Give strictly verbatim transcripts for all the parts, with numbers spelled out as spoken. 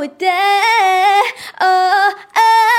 的哦哦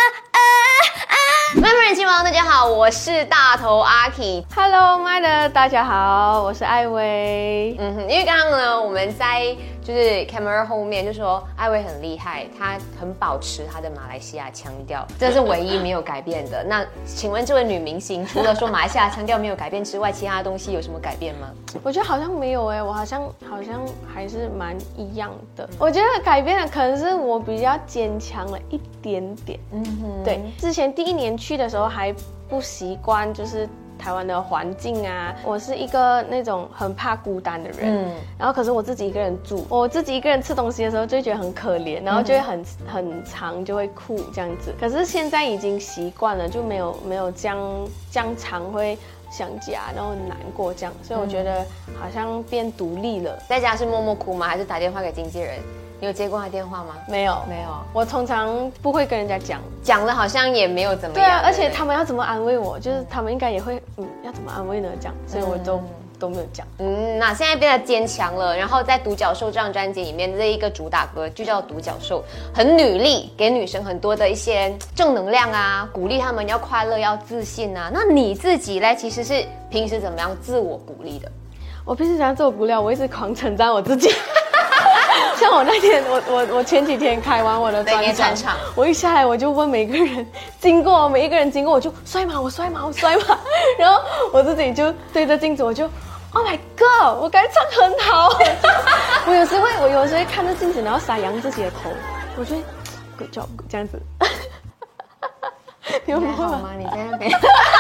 麦麦人气王，大家好，我是大头阿 K。Hello， 麦的大家好，我是艾薇。 嗯哼，因为刚刚呢，我们在就是 camera 后面就说艾薇很厉害，她很保持她的马来西亚腔调，这是唯一没有改变的。那请问这位女明星，除了说马来西亚腔调没有改变之外，其他的东西有什么改变吗？ 我觉得好像没有哎、欸，我好像好像还是蛮一样的。我觉得改变的可能是我比较坚强了一点点。嗯哼，对，之前第一年去的时候还不习惯，就是台湾的环境啊，我是一个那种很怕孤单的人，嗯，然后可是我自己一个人住，我自己一个人吃东西的时候就会觉得很可怜，然后就会很、嗯、很长就会哭这样子。可是现在已经习惯了，就没有没有这样这样常会想家，然后很难过这样，所以我觉得好像变独立了。 在家是默默哭吗？还是打电话给经纪人？你有接过他电话吗？ 没有， 没有。 我通常不会跟人家讲， 讲了好像也没有怎么样。 对啊，而且他们要怎么安慰我，就是他们应该也会，嗯，要怎么安慰呢？这样，所以我都、嗯、都没有讲。 嗯，那现在变得坚强了，然后在《独角兽》这张专辑里面，这一个主打歌就叫《独角兽》，很女力，给女生很多的一些正能量啊，鼓励她们要快乐、要自信啊。那你自己嘞，其实是平时怎么样自我鼓励的？ 我平时想自我鼓励，我一直狂称赞我自己。像我那天，我我我前几天开完我的专场，我一下来我就问每个人经过，每一个人经过我就帅吗？我帅吗？我帅吗？然后我自己就对着镜子，我就 Oh my God， 我刚才唱很好。我有时会，我有时会看着镜子，然后撒扬自己的头，我觉得 Good job 这样子。 你还好吗？你在那边？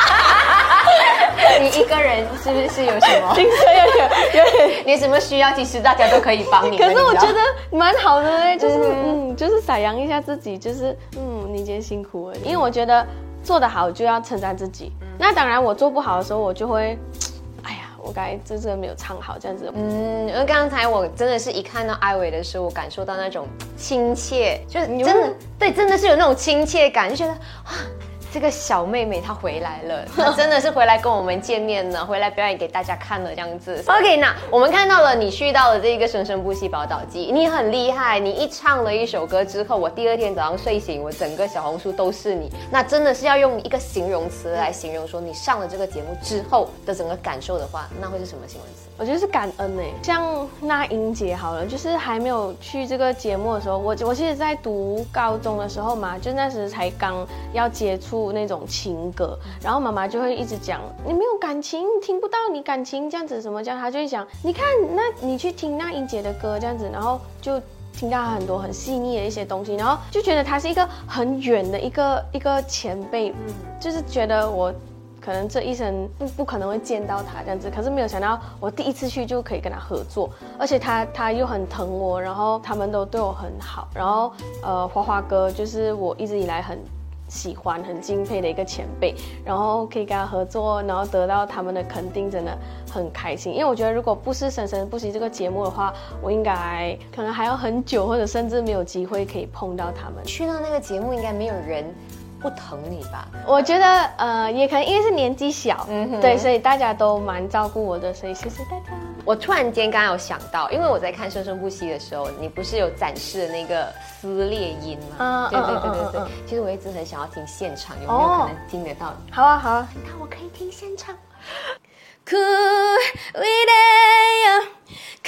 你一个人是不是有什么？ 精神有点有点， 你什么需要，其实大家都可以帮你。 可是我觉得蛮好的哎、欸，就是嗯, 嗯，就是撒扬一下自己，就是嗯，你今天辛苦了。因为我觉得做得好就要称赞自己。嗯、那当然，我做不好的时候，我就会，哎呀，我刚才这这没有唱好这样子。 嗯，因为刚才我真的是一看到艾薇的时候，我感受到那种亲切，就是真的对，真的是有那种亲切感，就觉得哇。这个小妹妹她回来了，她真的是回来跟我们见面了，回来表演给大家看了这样子。OK， 那我们看到了你去到了这个生生不息宝岛季，你很厉害，你一唱了一首歌之后，我第二天早上睡醒，我整个小红书都是你。那真的是要用一个形容词来形容说你上了这个节目之后的整个感受的话，那会是什么形容词？ 我觉得是感恩诶，像那英姐好了，就是还没有去这个节目的时候，我我其实在读高中的时候嘛，就那时才刚要接触那种情歌，然后妈妈就会一直讲你没有感情，你听不到你感情这样子什么这样，她就会讲你看那你去听那英姐的歌这样子，然后就听到很多很细腻的一些东西，然后就觉得她是一个很远的一个一个前辈，嗯，就是觉得我。可能这一生不不可能会见到他这样子，可是没有想到我第一次去就可以跟他合作，而且他他又很疼我，然后他们都对我很好，然后呃花花哥就是我一直以来很喜欢很敬佩的一个前辈，然后可以跟他合作，然后得到他们的肯定，真的很开心。因为我觉得如果不是生生不息这个节目的话，我应该可能还要很久，或者甚至没有机会可以碰到他们。 去到那个节目应该没有人不疼你吧？ 我觉得呃，也可能因为是年纪小，嗯，对，所以大家都蛮照顾我的，所以谢谢大家。 我突然间刚刚有想到，因为我在看《生生不息》的时候，你不是有展示的那个撕裂音吗？嗯，对对对对对。嗯嗯嗯、其实我一直很想要听现场，有没有可能听得到？哦、 好啊好啊， 那我可以听现场。 酷伟大呀，酷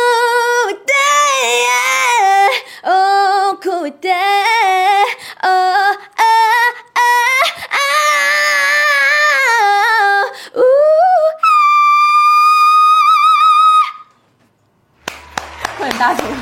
大呀，哦酷大，哦。 大声！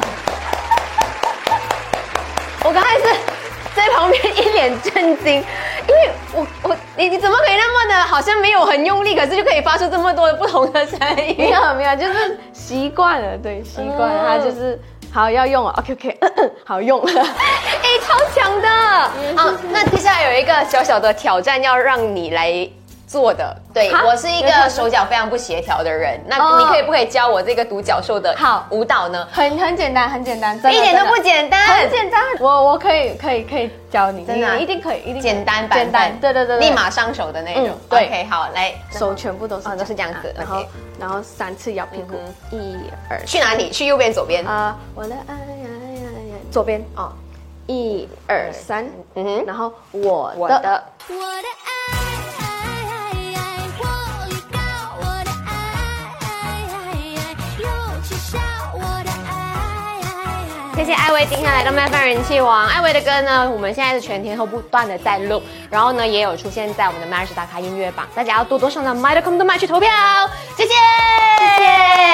我刚才是在旁边一脸震惊，因为我我你你怎么可以那么的好像没有很用力，可是就可以发出这么多的不同的声音？ 没有没有，就是习惯了，对，习惯了，它就是好要用了 ，OK OK， 好用了， 哎，超强的！好，那接下来有一个小小的挑战要让你来。做的，对，我是一个手脚非常不协调的人，那你可以不可以教我这个独角兽的好舞蹈呢？ 很很简单，很简单， 一点都不简单， 很简单。我我可以可以可以教你，真的一定可以，一定简单版本， 对对对， 立马上手的那种。对 OK， 好，来， 手全部都是都是这样子， 然后然后三次摇屁股，一二， 去哪里？去右边，左边啊，我的爱呀呀呀， 左边哦， 一二三， 嗯哼， 然后我我的， 的。 我的爱爱爱，火力高，我的爱有气效，我的爱。 谢谢艾薇今天来到麦饭人气王。艾薇的歌呢，我们现在是全天候不断的在录，然后呢也有出现在我们的麦日打卡音乐榜，大家要多多上到 麦的 com 的麦去投票，谢谢。 谢谢。